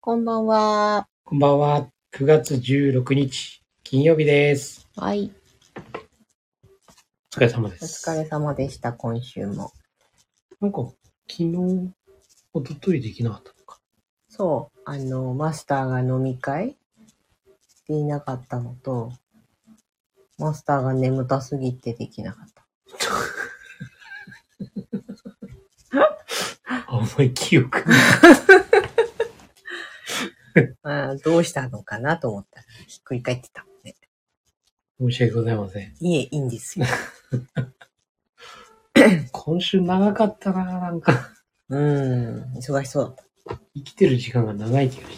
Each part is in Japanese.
こんばんは。 こんばんは。9月16日、金曜日です。 はい。 お疲れ様でおす。 疲れ様でした、今週も。 なんか、昨日、一昨日できなかったのか。 そう、マスターが飲み会していなかったのと、マスターが眠たすぎてできなかった。 あんまり記憶どうしたのかなと思ったら、ひっくり返ってたもんね。 申し訳ございません。 いいんですよ。 今週長かったな、なんか。 忙しそうだった。 生きてる時間が長い気がした。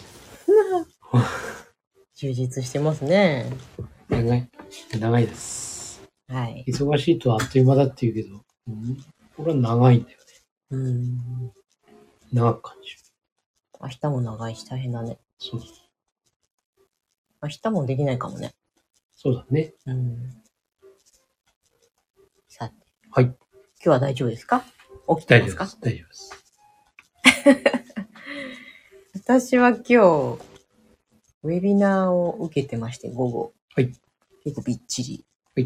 充実してますね。 長いです。 はい。 忙しいとあっという間だって言うけど、これは長いんだよね。長く感じる。 明日も長いし大変だね。 そう。 明日もできないかもね。 そうだね。 さて。 はい。 今日は大丈夫ですか？起きてますか？ 大丈夫です。 私は今日、ウェビナーを受けてまして、午後。 はい。 結構びっちり。 はい。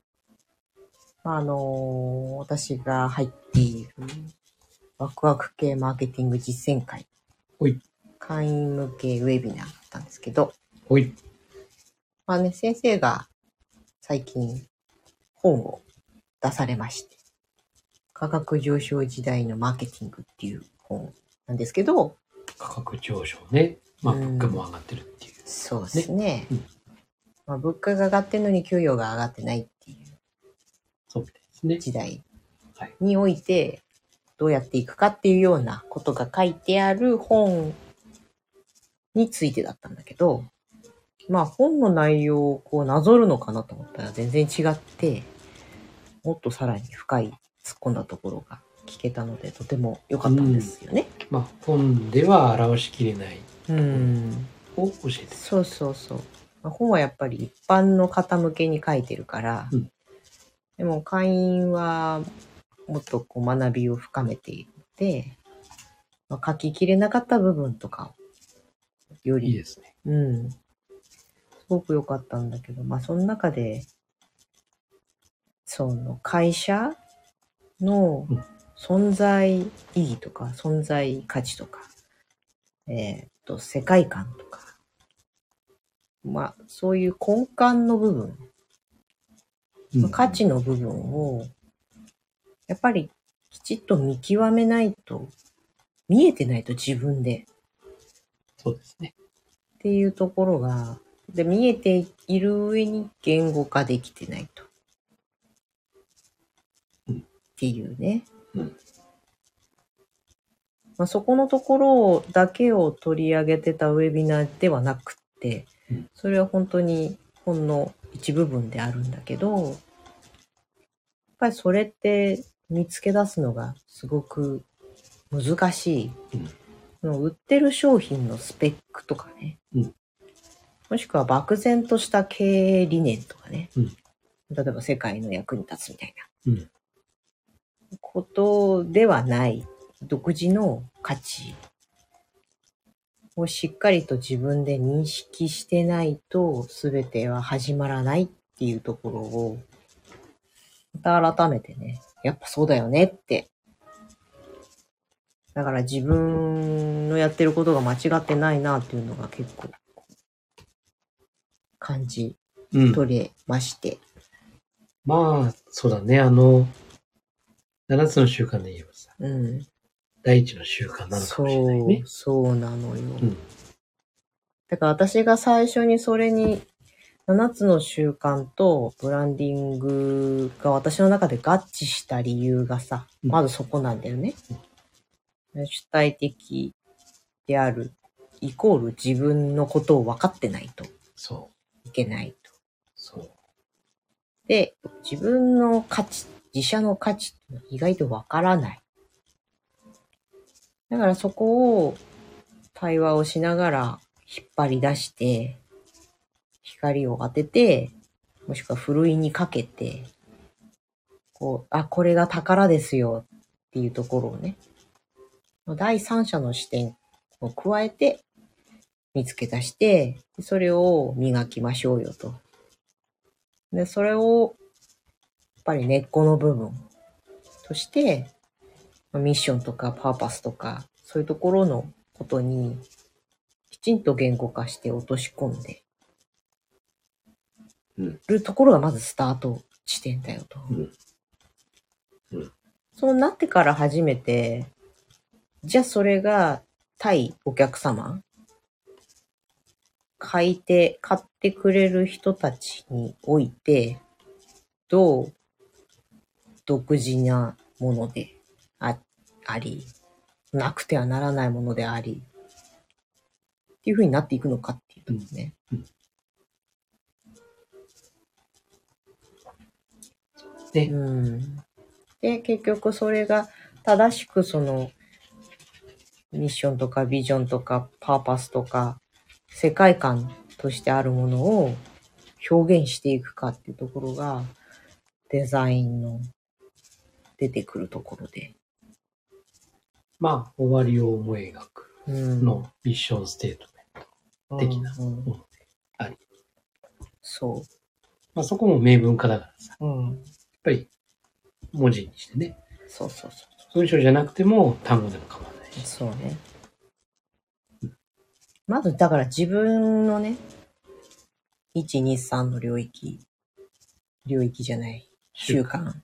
私が入っているワクワク系マーケティング実践会。 はい。 会員向けウェビナーだったんですけど。 はい。 先生が最近本を出されまして。価格上昇時代のマーケティングっていう本なんですけど。 価格上昇ね。物価も上がってるっていう。 そうですね。物価が上がってるのに給与が上がってないっていう。 そうですね。 時代においてどうやっていくかっていうようなことが書いてある本についてだったんだけど、本の内容をこうなぞるのかなと思ったら全然違って、もっとさらに深い突っ込んだところが聞けたのでとても良かったんですよね。 本では表しきれないを教えて。 そうそうそう。本はやっぱり一般の方向けに書いてるから、でも会員はもっとこう学びを深めていって、書ききれなかった部分とかをよりいいですね。 すごく良かったんだけど、その中でその会社の存在意義とか存在価値とか、世界観とか、そういう根幹の部分、価値の部分をやっぱりきちっと見極めないと、見えてないと自分で。 そうですね。 っていうところが、で、見えている上に言語化できてないと。っていうね。そこのところだけを取り上げてたウェビナーではなくって、それは本当にほんの一部分であるんだけど、やっぱりそれって見つけ出すのがすごく難しい。売ってる商品のスペックとかね。もしくは漠然とした経営理念とかね。例えば世界の役に立つみたいな。ことではない独自の価値をしっかりと自分で認識してないと全ては始まらないっていうところをまた改めてね、やっぱそうだよねって。だから自分のやってることが間違ってないなっていうのが結構感じ取れまして。 そうだね。7つの習慣で言えばさ。第一の習慣なのかもしれないね。 そうなのよ。だから私が最初にそれに7つの習慣とブランディングが私の中で合致した理由がさ、まずそこなんだよね。主体的であるイコール自分のことを分かってないといけないと。で、自分の価値、自社の価値って意外と分からない。だからそこを対話をしながら引っ張り出して、光を当てて、もしくはふるいにかけて、これが宝ですよっていうところをね、第三者の視点を加えて見つけ出して、それを磨きましょうよと。で、それを、やっぱり根っこの部分として、ミッションとかパーパスとか、そういうところのことに、きちんと言語化して落とし込んで、るところがまずスタート地点だよと。そうなってから初めて、じゃあそれが対お客様、買ってくれる人たちにおいて、どう独自なものであり、なくてはならないものであり、っていう風になっていくのかっていうとですね。で、結局それが正しくそのミッションとかビジョンとかパーパスとか世界観としてあるものを表現していくかっていうところがデザインの出てくるところで。 まあ、終わりを思い描くのミッションステートメント的なものであり。 そう。 まあそこも明文化だからさ。やっぱり文字にしてね。 そう。 文章じゃなくても単語でも構わないし。 そうね。まずだから自分のね、1、2、3の領域じゃない、習慣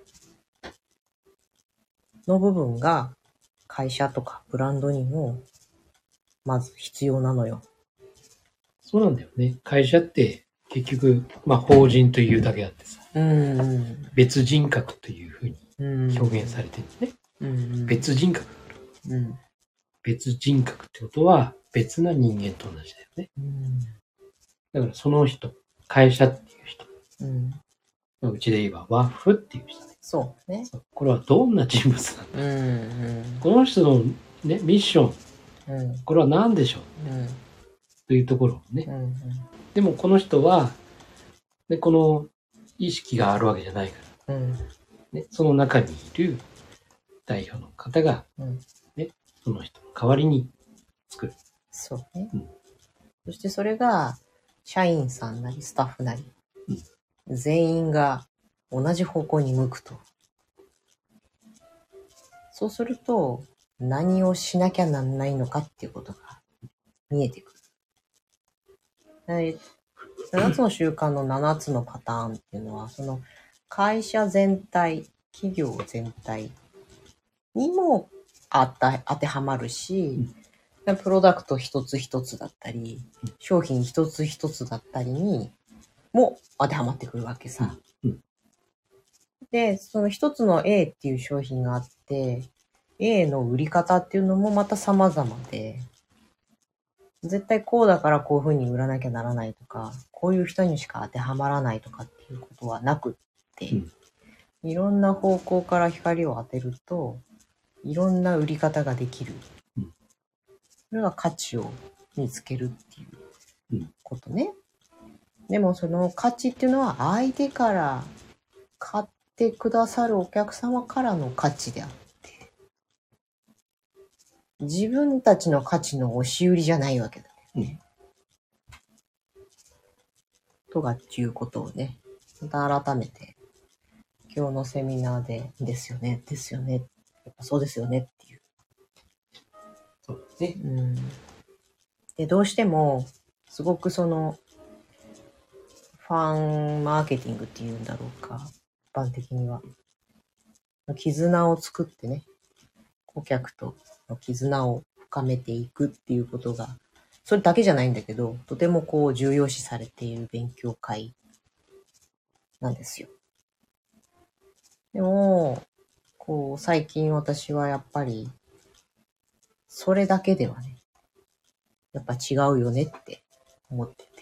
の部分が会社とかブランドにもまず必要なのよ。 そうなんだよね。会社って結局、まあ法人というだけあってさ、別人格というふうに表現されてるね。別人格がある。別人格ってことは別な人間と同じだよね。だからその人、会社っていう人、うちで言えばワッフっていう人ね。 そうね。 これはどんな人物なんだ。この人の、ね、ミッション、これは何でしょう、というところをね。でもこの人は、ね、この意識があるわけじゃないから、ね、その中にいる代表の方が、ね、その人の代わりに作る。 そうね。そしてそれが社員さんなりスタッフなり、全員が同じ方向に向くと。そうすると何をしなきゃなんないのかっていうことが見えてくる。7つの習慣の7つのパターンっていうのは、その会社全体、企業全体にも当てはまるし、プロダクト一つ一つだったり、商品一つ一つだったりにも当てはまってくるわけさ。で、その一つの A っていう商品があって、A の売り方っていうのもまた様々で、絶対こうだからこういう風に売らなきゃならないとか、こういう人にしか当てはまらないとかっていうことはなくって、いろんな方向から光を当てると、いろんな売り方ができる。それが価値を見つけるっていうことね。でもその価値っていうのは相手から買ってくださるお客様からの価値であって、自分たちの価値の押し売りじゃないわけだよね。とかっていうことをね、また改めて今日のセミナーでですよね、やっぱそうですよねっていう。 そうですね。 で、どうしてもすごくそのファンマーケティングっていうんだろうか、一般的には絆を作ってね、顧客との絆を深めていくっていうことが、それだけじゃないんだけど、とてもこう重要視されている勉強会なんですよ。でも、こう最近私はやっぱり、それだけではね、やっぱ違うよねって思ってて。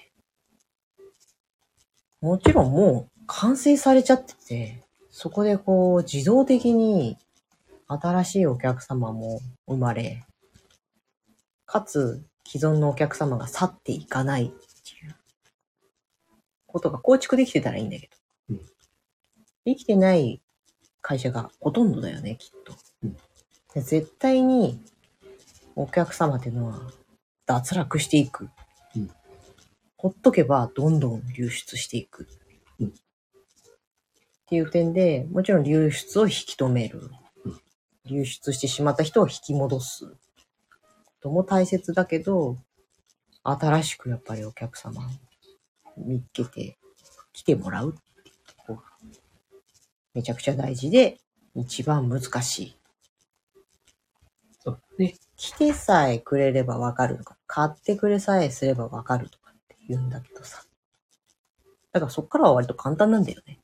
もちろんもう完成されちゃってて、そこでこう自動的に新しいお客様も生まれ、かつ既存のお客様が去っていかないっていうことが構築できてたらいいんだけど、できてない会社がほとんどだよね、きっと。で絶対にお客様っていうのは脱落していく。 うん、 ほっとけばどんどん流出していく。 うん、 っていう点で、もちろん流出を引き止める。 うん、 流出してしまった人を引き戻す。とも大切だけど、新しくやっぱりお客様を見つけて来てもらうっていうところがめちゃくちゃ大事で、一番難しい。 そうね。 来てさえくれればわかるとか、買ってくれさえすればわかるとかって言うんだけどさ。だからそっからは割と簡単なんだよね。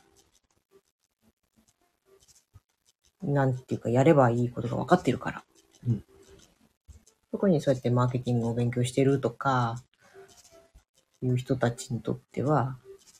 なんていうか、やればいいことが分かってるから。 うん、 特にそうやってマーケティングを勉強してるとか、いう人たちにとっては、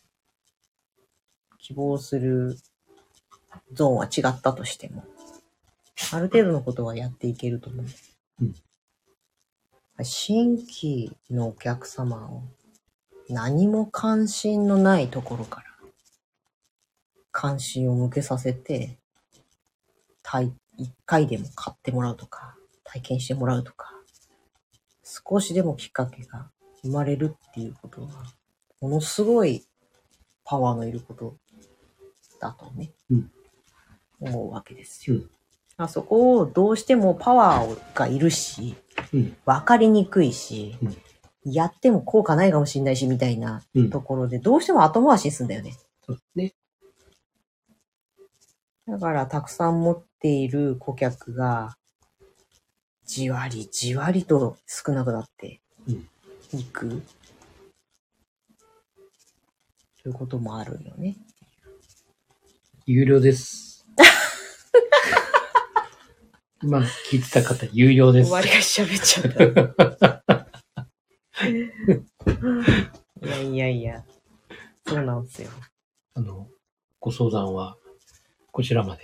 希望するゾーンは違ったとしても、ある程度のことはやっていけると思う。 うん、 新規のお客様を何も関心のないところから関心を向けさせて、一回でも買ってもらうとか、体験してもらうとか、少しでもきっかけが生まれるっていうことは、ものすごいパワーのいることだとね、思うわけですよ。そこをどうしてもパワーがいるし、わかりにくいし、やっても効果ないかもしれないしみたいなところで、どうしても後回しにするんだよね。 そうね。 だからたくさん持っている顧客が、じわりじわりと少なくなっていく、ということもあるよね。 有料です。今聞いてた方、有料です。 終わりが喋っちゃった。いや、そうなんですよ。 ご相談はこちらまで。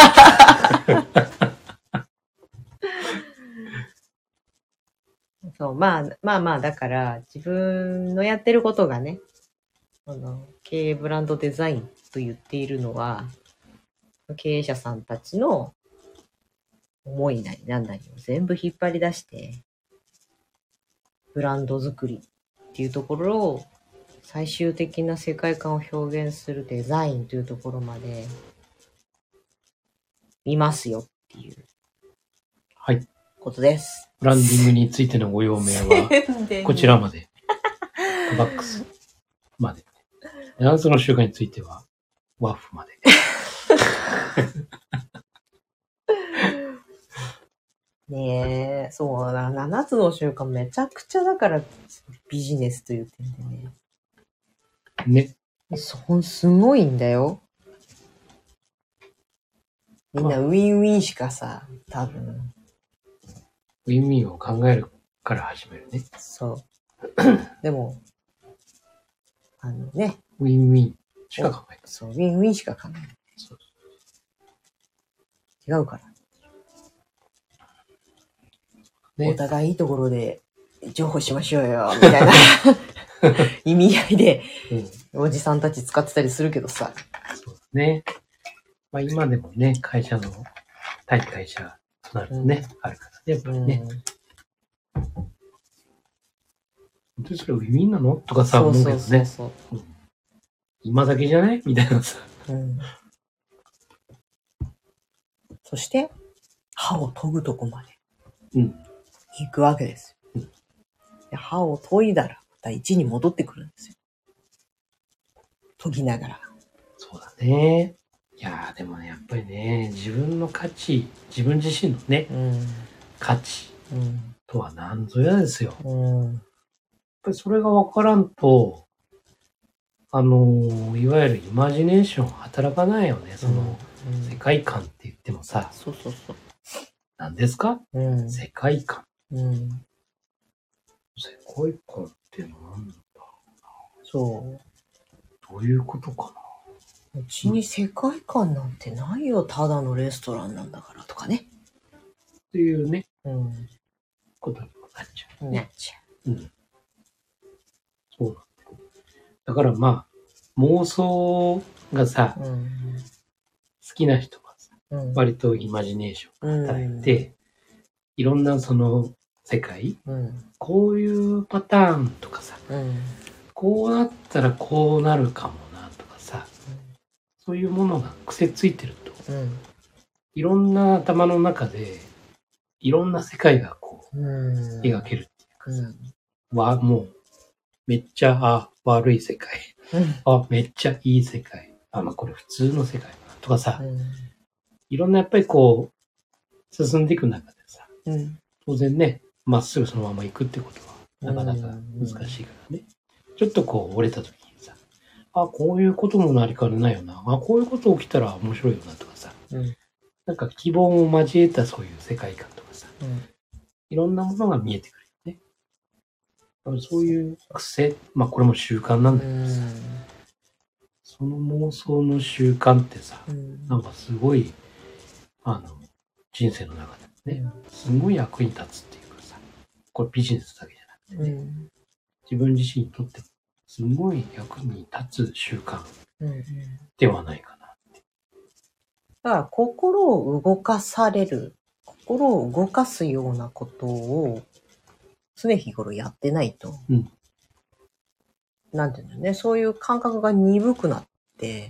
そう、まあ、だから、自分のやってることがね、経営ブランドデザインと言っているのは、経営者さんたちの思いなりなんなりを全部引っ張り出して、ブランド作りっていうところを、最終的な世界観を表現するデザインというところまで見ますよっていうことです。 ブランディングについてのご用命はこちらまで。バックスまで。7つの習慣についてはワッフまで。 ねえ、そうだ、7つの習慣めちゃくちゃだからビジネスという点でね。 ね。 すごいんだよ。みんなウィンウィンしかさ、多分。 ウィンウィンを考えるから始めるね。 そう。でも、ね。 ウィンウィンしか考えない。 そう、ウィンウィンしか考えない。そう。違うから。ね、お互いいいところで情報しましょうよ、みたいな意味合いで、おじさんたち使ってたりするけどさ。 そうですね。まあ今でもね、会社の、対会社となるとね、あるからね、やっぱりね。本当にそれウィンウィンなのとかさ、思うけどね。今だけじゃないみたいなさ。 そして、歯を研ぐとこまで。行くわけですよ。で歯を研いだら、また1に戻ってくるんですよ。研ぎながら。 そうだね。いやーでもね、やっぱりね、自分の価値、自分自身のね、価値とは何ぞやですよ。やっぱりそれが分からんと、いわゆるイマジネーション働かないよね。その、世界観って言ってもさ。 そう。 何ですか、世界観。世界観って何だろうな。 そう。 どういうことかな。 うちに世界観なんてないよ。ただのレストランなんだからとかね。 っていうね。ことにもなっちゃう。 なっちゃう。そうなんだよ。だからまあ、妄想がさ、好きな人はさ、割とイマジネーションが働いて、いろんなその世界、こういうパターンとかさ、こうなったらこうなるかもなとかさ、そういうものが癖ついてると、いろんな頭の中でいろんな世界がこう描けるっていうかさ、もうめっちゃ悪い世界、めっちゃいい世界、これ普通の世界とかさ、いろんなやっぱりこう進んでいく中でさ、当然ね、まっすぐそのまま行くってことはなかなか難しいからね。ちょっとこう折れた時にさ、こういうこともなりかねないよな。こういうこと起きたら面白いよなとかさ、なんか希望を交えたそういう世界観とかさ、いろんなものが見えてくるよね。そういう癖、これも習慣なんだけどさ、その妄想の習慣ってさ、なんかすごい、人生の中でね、すごい役に立つっていうかさ、これビジネスだけじゃなくてね、自分自身にとってすごい役に立つ習慣ではないかなって。 だから心を動かされる、心を動かすようなことを常日頃やってないと、なんていうんだろうね、そういう感覚が鈍くなって、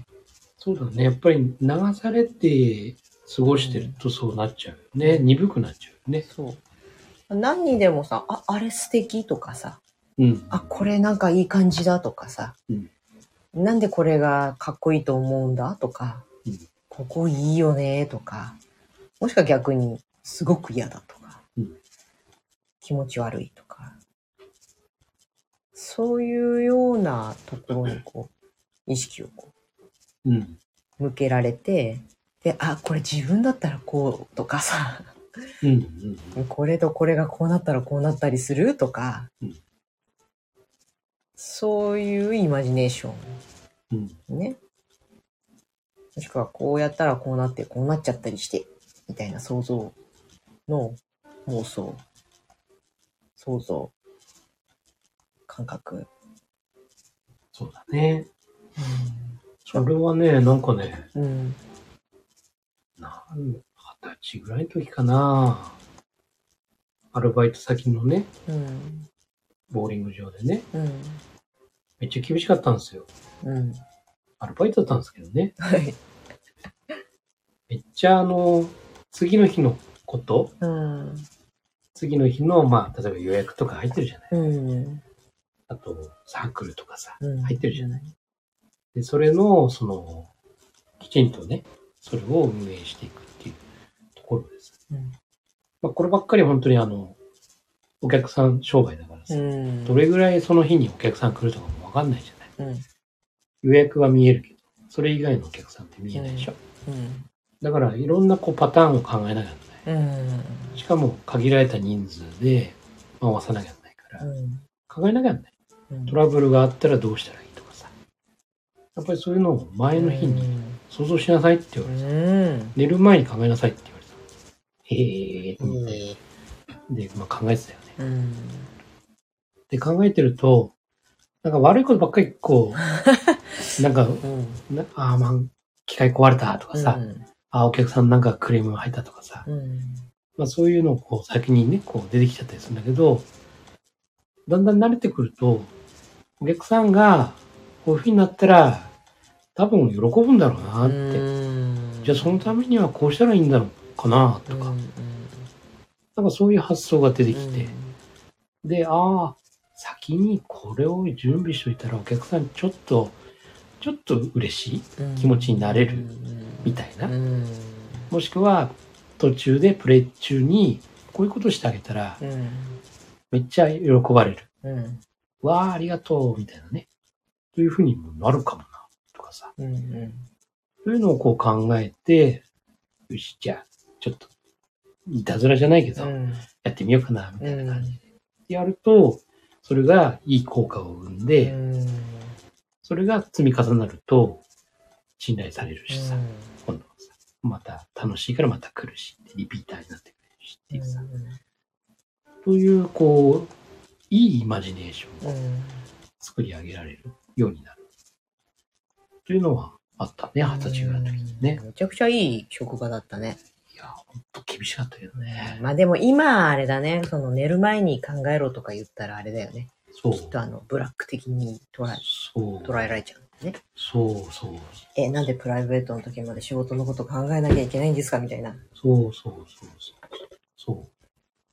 そうだね、やっぱり流されて過ごしてるとそうなっちゃうよね、鈍くなっちゃうよね。 そう。何にでもさ、あれ素敵とかさ、これなんかいい感じだとかさ、なんでこれがかっこいいと思うんだとか、ここいいよねとか、もしくは逆にすごく嫌だとか、気持ち悪いとか、そういうようなところにこう意識をこう、向けられて、で、これ自分だったらこうとかさ、これとこれがこうなったらこうなったりするとか、そういうイマジネーション、ね。もしくはこうやったらこうなってこうなっちゃったりしてみたいな想像の妄想、想像、感覚。 そうだね。それはね、なんかね、20歳ぐらいの時かな、アルバイト先のね、ボーリング場でね、めっちゃ厳しかったんですよ。アルバイトだったんですけどね。めっちゃ次の日のこと、次の日の、例えば予約とか入ってるじゃない。あと、サークルとかさ、入ってるじゃない。で、それの、きちんとね、それを運営していくっていうところです。こればっかり本当にお客さん商売だからさ、どれぐらいその日にお客さん来るとかもわかんないじゃない。予約は見えるけど、それ以外のお客さんって見えないでしょ。だから、いろんなパターンを考えなきゃいけない。しかも、限られた人数で回さなきゃいけないから、考えなきゃいけない。トラブルがあったらどうしたらいいとかさ。やっぱりそういうのを前の日に想像しなさいって言われて、寝る前に考えなさいって言われた。へーと思って。で、考えてたよね。で、考えてると、なんか悪いことばっかりなんか、機械壊れたとかさ、お客さんなんかクレームが入ったとかさ、そういうのを先にね、出てきちゃったりするんだけど、だんだん慣れてくると、お客さんがこういう風になったら、多分喜ぶんだろうなって。じゃあそのためにはこうしたらいいんだろうかなとか。なんかそういう発想が出てきて。で、先にこれを準備しといたらお客さんちょっと嬉しい気持ちになれるみたいな。もしくは途中でプレイ中にこういうことしてあげたら、めっちゃ喜ばれる。わあ、ありがとうみたいなね。というふうにもなるかもな、とかさ。そういうのを考えて、よし、じゃあ、ちょっと、いたずらじゃないけど、やってみようかな、みたいな感じで。やると、それがいい効果を生んで、それが積み重なると、信頼されるしさ、今度はさ、また楽しいからまた来るし、リピーターになってくれるしっていうさ、という、いいイマジネーションを作り上げられるようになる。というのはあったね、20歳ぐらいの時にね。 めちゃくちゃいい職場だったね。 いや、ほんと厳しかったけどね。 まあでも今あれだね、その寝る前に考えろとか言ったらあれだよね。 そう。 きっとブラック的に捉えられちゃうんだね。 そう。 なんでプライベートの時まで仕事のこと考えなきゃいけないんですかみたいな。 そう。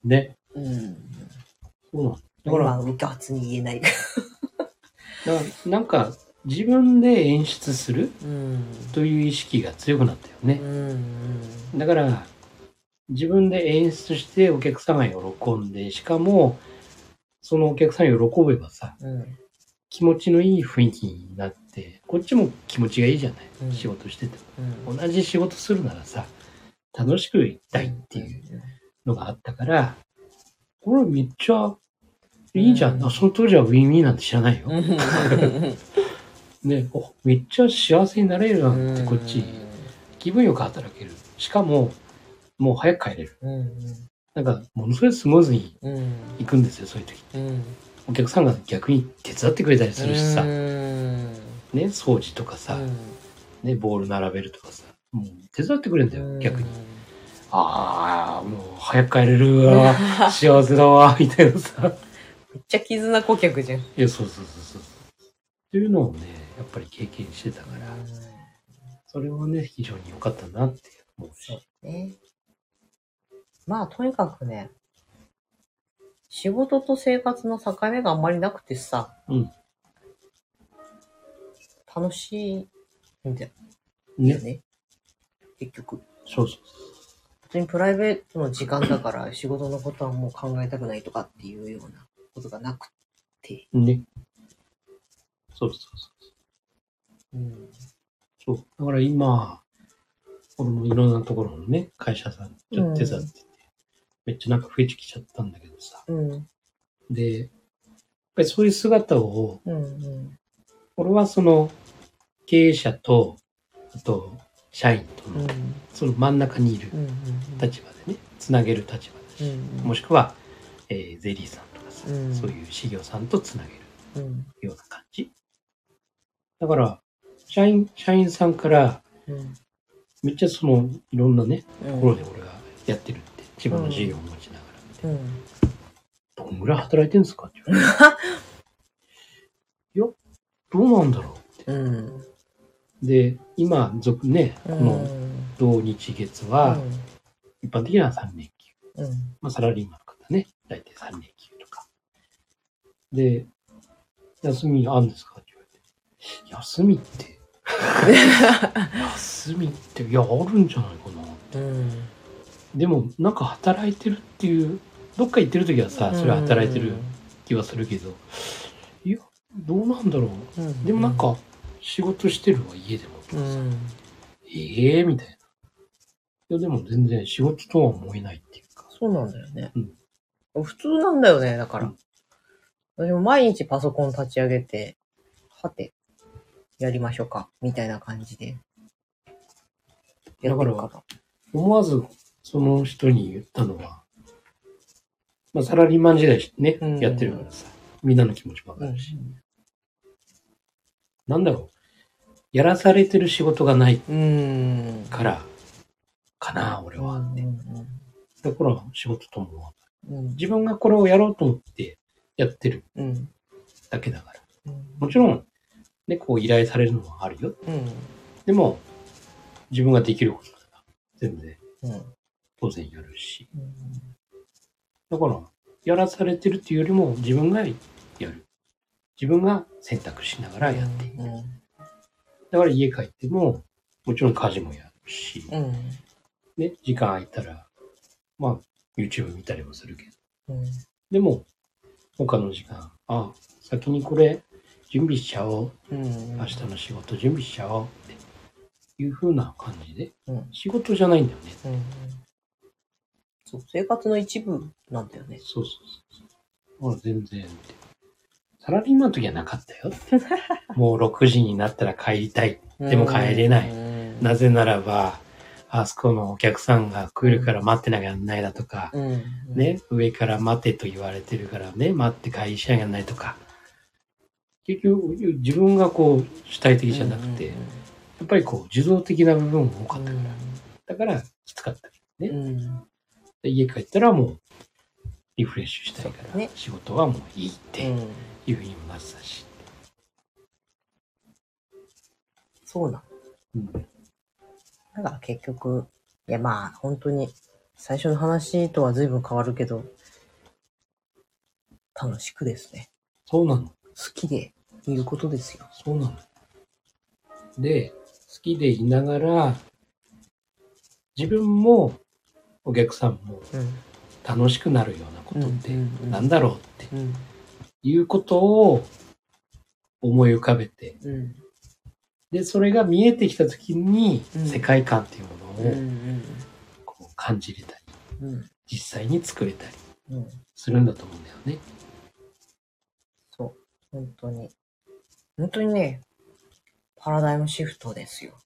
ね。 うん。 そうなんだから。今、うかつに言えない。 なんか、自分で演出するという意識が強くなったよね。だから、自分で演出してお客さんが喜んで、しかも、そのお客さん喜べばさ、気持ちのいい雰囲気になって、こっちも気持ちがいいじゃない、仕事してても、同じ仕事するならさ、楽しくいきたいっていうのがあったから、これめっちゃいいじゃん。その当時はウィンウィンなんて知らないよ。ね、めっちゃ幸せになれるなんてこっち気分よく働ける。しかももう早く帰れる。なんかものすごいスムーズに行くんですよ、そういう時って。お客さんが逆に手伝ってくれたりするしさ、ね、掃除とかさ、ね、ボール並べるとかさ、もう手伝ってくれるんだよ、逆に。ああ、もう早く帰れるわ、幸せだわ、みたいなさ。めっちゃ絆顧客じゃん。いや、そう。っていうのをね、やっぱり経験してたから、それはね、非常に良かったなって思うし。 そうね。まあ、とにかくね、仕事と生活の境目があんまりなくてさ、楽しいんだよね。結局。 そう。 別にプライベートの時間だから仕事のことはもう考えたくないとかっていうようなことがなくて。 ね。そう。そう。だから今、俺もいろんなところのね、会社さんちょっと手伝ってて、めっちゃなんか増えてきちゃったんだけどさ。で、やっぱりそういう姿を、俺はその経営者と、あと社員との、その真ん中にいる立場でね、つなげる立場だし、もしくは、税理士さんとかさ、そういう事業さんとつなげるような感じ。だから、社員さんから、めっちゃそのいろんなね、ところで俺がやってるって、自分の事業を持ちながらみたいな。どんぐらい働いてるんですかって言われて。いや、どうなんだろうって。で、今、ね、この土日月は、一般的には3連休。まあ、サラリーマンの方ね、大体3連休とか。で、休みあるんですかって言われて。休みって、いや、あるんじゃないかなって。でも、なんか働いてるっていう、どっか行ってる時はさ、それは働いてる気はするけど、いや、どうなんだろう。でもなんか、仕事してるわ、家でもとかさ。みたいな。いや、でも全然仕事とは思えないっていうか。 そうなんだよね。普通なんだよね、だから。私も毎日パソコン立ち上げて、はて、やりましょうか、みたいな感じで。 だから、思わずその人に言ったのは、まあ、サラリーマン時代ね、やってるからさ、みんなの気持ちもわかるし。なんだろう、やらされてる仕事がないから、かな、俺はって。だから仕事とも、自分がこれをやろうと思ってやってるだけだから。もちろん、ね、こう依頼されるのはあるよ。でも、自分ができることだから、全然、当然やるし。だから、やらされてるっていうよりも、自分がやる。自分が選択しながらやっていく。だから家帰っても、もちろん家事もやるし、ね、時間空いたら、まあ、YouTube 見たりもするけど。でも、他の時間、先にこれ準備しちゃおう。明日の仕事準備しちゃおうっていう風な感じで、仕事じゃないんだよね。 そう、生活の一部なんだよね。 そう。全然って。サラリーマンの時はなかったよ。もう6時になったら帰りたい。でも帰れない。なぜならば、あそこのお客さんが来るから待ってなきゃならないだとか、ね、上から待てと言われてるからね、待って会社がないとか。結局、自分がこう主体的じゃなくて、やっぱりこう受動的な部分も多かったから。だからきつかった。 ね。で家帰ったらもうリフレッシュしたいから、ね、仕事はもういいっていうふうにもなってたし。 そうなの。だから結局、いやまあ本当に最初の話とは随分変わるけど、楽しくですね。 そうなの。好きでいることですよ。 そうなの。で、好きでいながら、自分もお客さんも楽しくなるようなことってなんだろうっていうことを思い浮かべて、で、それが見えてきたときに世界観っていうものをこう感じれたり、実際に作れたりするんだと思うんだよね。 そう。本当にね、パラダイムシフトですよ。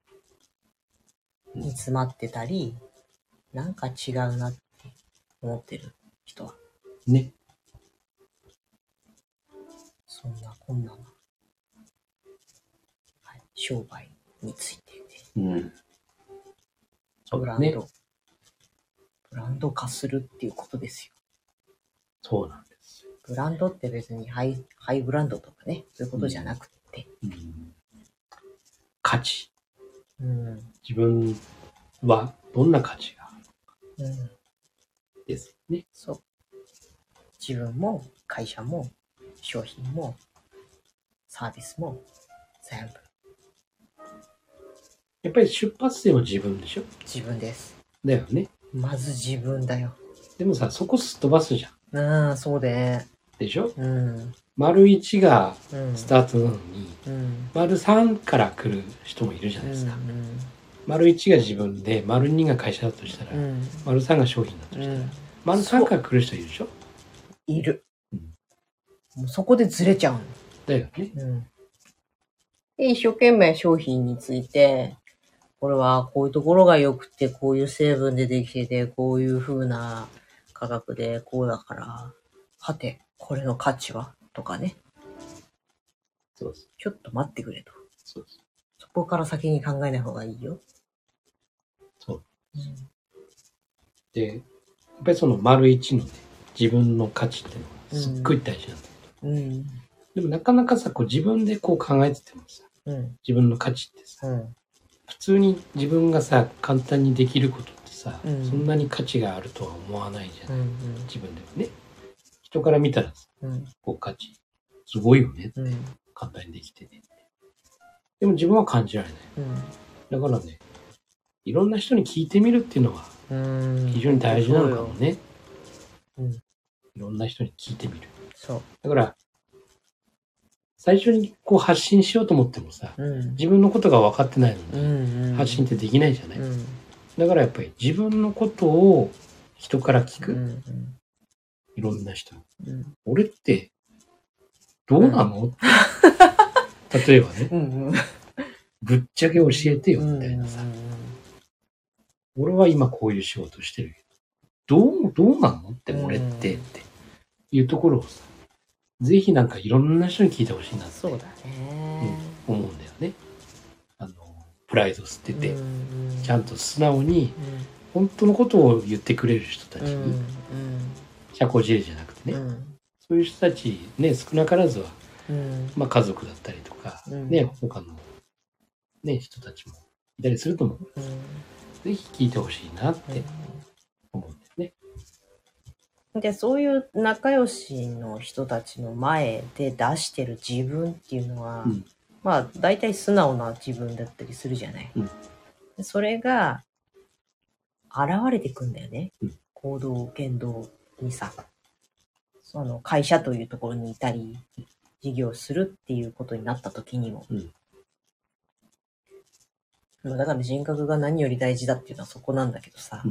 煮詰まってたり、なんか違うなって思ってる人は。 ね。 そんなこんなの。はい、商売についてね。ブランド化するっていうことですよ。 そうなんです。 ブランドって別にハイブランドとかね、そういうことじゃなくて。 価値。自分はどんな価値があるのか。ですね。 そう。自分も会社も商品もサービスも全部。 やっぱり出発点は自分でしょ？ 自分です。 だよね。 まず自分だよ。 でもさ、そこすっ飛ばすじゃん。そうで。 でしょ？丸1がスタートなのに、丸3から来る人もいるじゃないですか。丸1が自分で、丸2が会社だとしたら、丸3が商品だとしたら、丸3から来る人いるでしょ？ いる。もうそこでずれちゃうの。 だよね。 で、一生懸命商品について、これはこういうところが良くて、こういう成分でできてて、こういう風な価格でこうだから、はて、これの価値はとかね。 そうです。 ちょっと待ってくれと。 そうです。 そこから先に考えない方がいいよ。 そう。で、やっぱりその丸1のね、自分の価値っていうのはすっごい大事なんだけど。でもなかなかさ、こう自分でこう考えててもさ、自分の価値ってさ、普通に自分がさ、簡単にできることってさ、そんなに価値があるとは思わないじゃない。自分でもね。人から見たらさ、こう価値、すごいよねって、簡単にできてね。でも自分は感じられない。だからね、いろんな人に聞いてみるっていうのは、非常に大事なのかもね。いろんな人に聞いてみる。 そう。 だから、最初にこう発信しようと思ってもさ、自分のことが分かってないのに、発信ってできないじゃない。だからやっぱり自分のことを人から聞く。いろんな人。俺ってどうなの？例えばね、ぶっちゃけ教えてよみたいなさ。俺は今こういう仕事してるけど、どうなのって俺ってっていうところをさ、ぜひなんかいろんな人に聞いてほしいなって。 そうだね。 思うんだよね。プライド捨てて、ちゃんと素直に、本当のことを言ってくれる人たちに、社交辞令じゃなくてね、そういう人たちね、少なからずは、まあ家族だったりとか、ね、他のね、人たちもいたりすると思う。ぜひ聞いてほしいなって思うんですね。 で、そういう仲良しの人たちの前で出してる自分っていうのは、まあ大体素直な自分だったりするじゃない。それが現れてくんだよね。行動、言動にさ。その会社というところにいたり、事業するっていうことになった時にも。だから人格が何より大事だっていうのはそこなんだけどさ。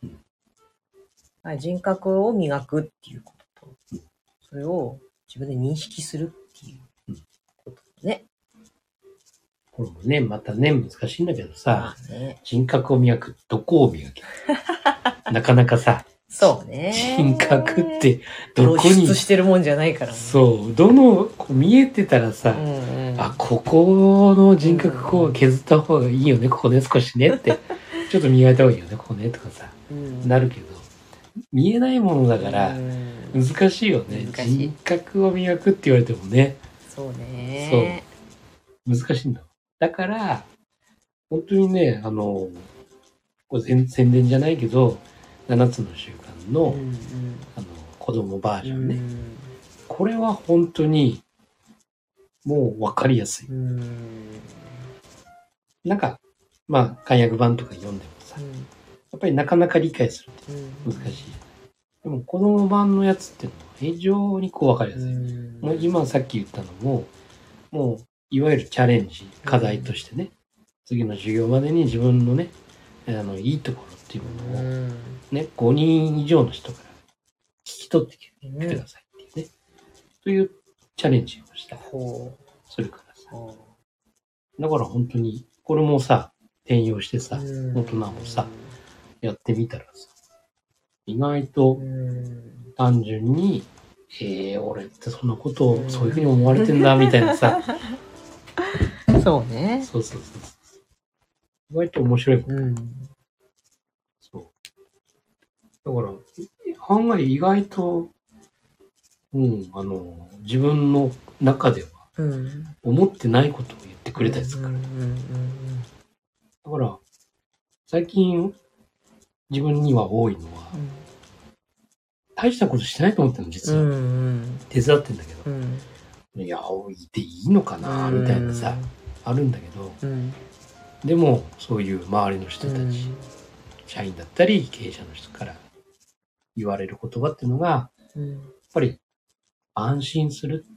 人格を磨くっていうことと、それを自分で認識するっていうことね。 これもね、またね、難しいんだけどさ、人格を磨く、どこを磨けなかなかさ、 そうね。 人格ってどこに。 露出してるもんじゃないからね。 そう。こう見えてたらさ、あ、ここの人格こう削った方がいいよね、ここで少しねってちょっと磨いた方がいいよね、ここね、とかさ、なるけど、見えないものだから、難しいよね。人格を磨くって言われてもね。 そうね。 そう。難しいんだ。だから、本当にね、これ宣伝じゃないけど、7つの習慣の、子供バージョンね。これは本当に、もう分かりやすい。なんか、まあ、漢訳版とか読んでもさ、やっぱりなかなか理解するって難しい。でも、子供版のやつっていうのは非常にこう分かりやすい。もう今さっき言ったのも、もう、いわゆるチャレンジ、課題としてね、次の授業までに自分のね、いいところっていうものを、ね、5人以上の人から聞き取ってきてくださいっていうね、というチャレンジをしたりするからさ。だから本当に、これもさ、転用してさ、大人もさ、やってみたらさ、意外と単純に、俺ってそんなことをそういうふうに思われてんだ、みたいなさ。 そうね。 そう。意外と面白いもん。そう。だから、案外意外と、自分の中では、思ってないことを言ってくれたりするから。だから、最近、自分には多いのは、大したことしてないと思ってるの、実は。手伝ってんだけど。いや、いていいのかな、みたいなさ、あるんだけど、でも、そういう周りの人たち、社員だったり、経営者の人から言われる言葉っていうのが、やっぱり、安心するって。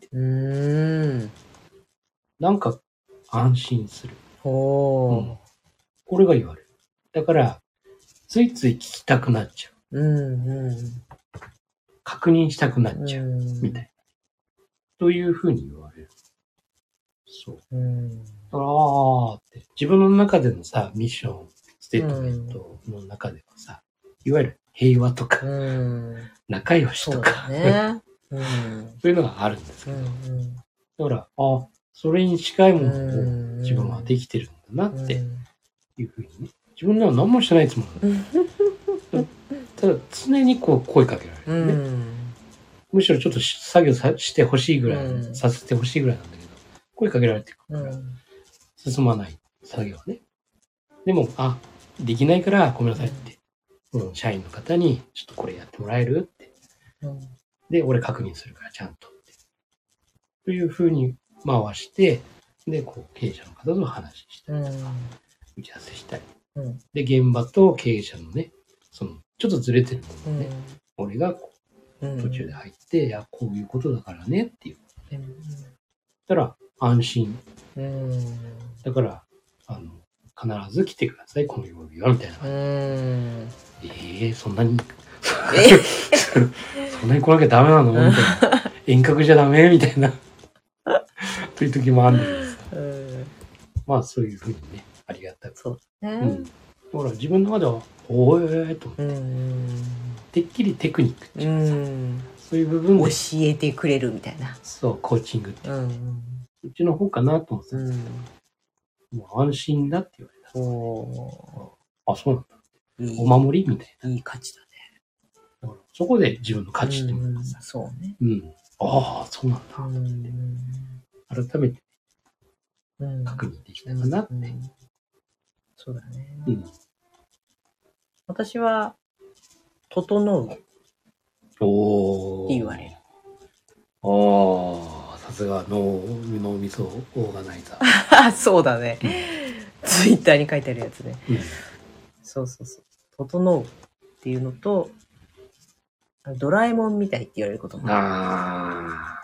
なんか、安心する。これが言われる。だから、ついつい聞きたくなっちゃう。確認したくなっちゃう。みたいな。というふうに言われる。そう。だから、って、自分の中でのさ、ミッション、ステートメントの中ではさ、いわゆる平和とか、仲良しとか、そういうのがあるんですけど、だから、それに近いものを自分はできてるんだなっていうふうにね。自分では何もしてないつもりだ。ただ常にこう声かけられるね。むしろちょっと作業してほしいぐらい、させてほしいぐらいなんだけど、声かけられてるから、進まない作業ね。でも、できないからごめんなさいって、社員の方にちょっとこれやってもらえるって。で、俺確認するからちゃんとって。というふうに回して、で、こう経営者の方と話したりとか、打ち合わせしたり。で、現場と経営者のね、その、ちょっとずれてるものをね、俺がこう途中で入って、いや、こういうことだからねっていう。たら、安心。だから、必ず来てください、この曜日は、みたいな。そんなに、そんなに来なきゃダメなのみたいな。遠隔じゃダメみたいな。という時もあるんだけどさ。まあ、そういうふうにね、ありがたく。 そうね。 ほら、自分の中では、と思って。てっきりテクニックっていうかさ、そういう部分で。 教えてくれるみたいな。 そう、コーチングっていう。うちの方かなと思ってたんですけど、もう安心だって言われた。そうなんだ。お守りみたいな。 いい価値だね。 だからそこで自分の価値っていうのがさ。 そうね。 そうなんだ。改めて確認できたかなって。 そうだね。私は、整うって言われる。 さすが脳みそオーガナイザー。そうだね。ツイッターに書いてあるやつね。そう。整うっていうのと、ドラえもんみたいって言われることもあ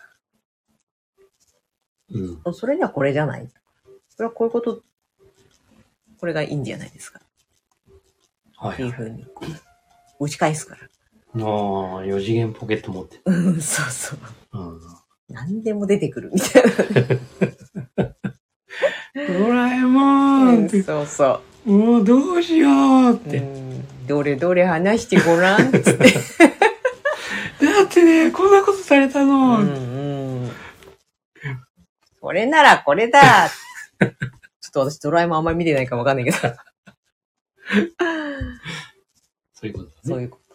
る。それにはこれじゃない。それはこういうこと、これがいいんじゃないですか。っていうふうに打ち返すから。 4次元ポケット持ってる。そう。何でも出てくるみたいな。 ドラえもんって。 そう。 もうどうしようって。 どれ話してごらんっつって。だってね、こんなことされたの。 これならこれだ。ちょっと私ドラえもんあんまり見てないかわかんないけど。 そういうことだね。 そういうこと。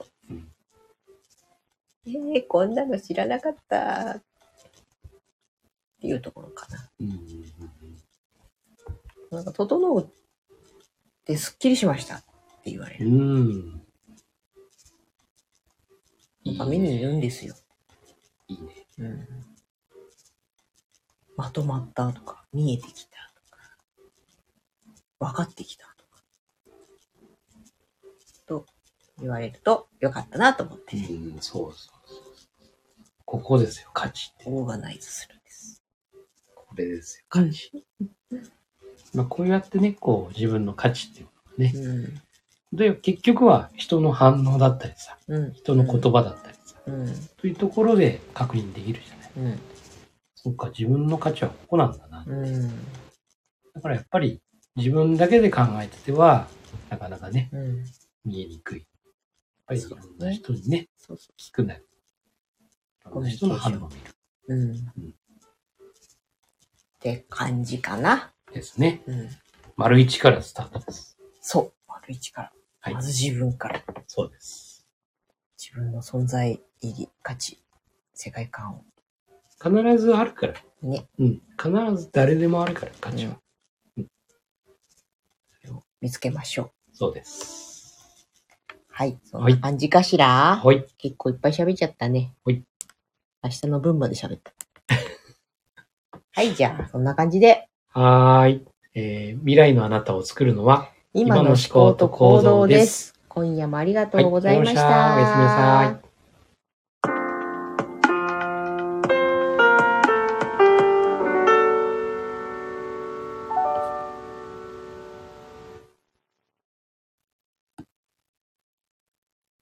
こんなの知らなかったっていうところかな。なんか、整うってすっきりしましたって言われる。なんか目にいるんですよ。 いいね。 まとまったとか、見えてきたとか、分かってきたとか、と言われるとよかったなと思って。 そう。ここですよ、価値って。 オーガナイズするんです。 これですよ、価値。まあ、こうやってね、こう、自分の価値っていうのね。で、結局は人の反応だったりさ、人の言葉だったりさ、というところで確認できるじゃない。そっか、自分の価値はここなんだな。だからやっぱり自分だけで考えてては、なかなかね、見えにくい。やっぱりいろんな人にね、聞くなり。いろんな人の反応を見る。 って感じかな。 ですね。丸一からスタートです。 そう。丸一から。まず自分から。 そうです。 自分の存在意義、価値、世界観を。 必ずあるから。 ね。 必ず誰でもあるから、価値は。 それを見つけましょう。 そうです。 はい。そんな感じかしら。 はい。 結構いっぱい喋っちゃったね。 はい。 明日の分まで喋った。はい、じゃあ、そんな感じで。 はい。未来のあなたを作るのは、 今の思考と行動です。今夜もありがとうございました。 はい、おやすみなさい。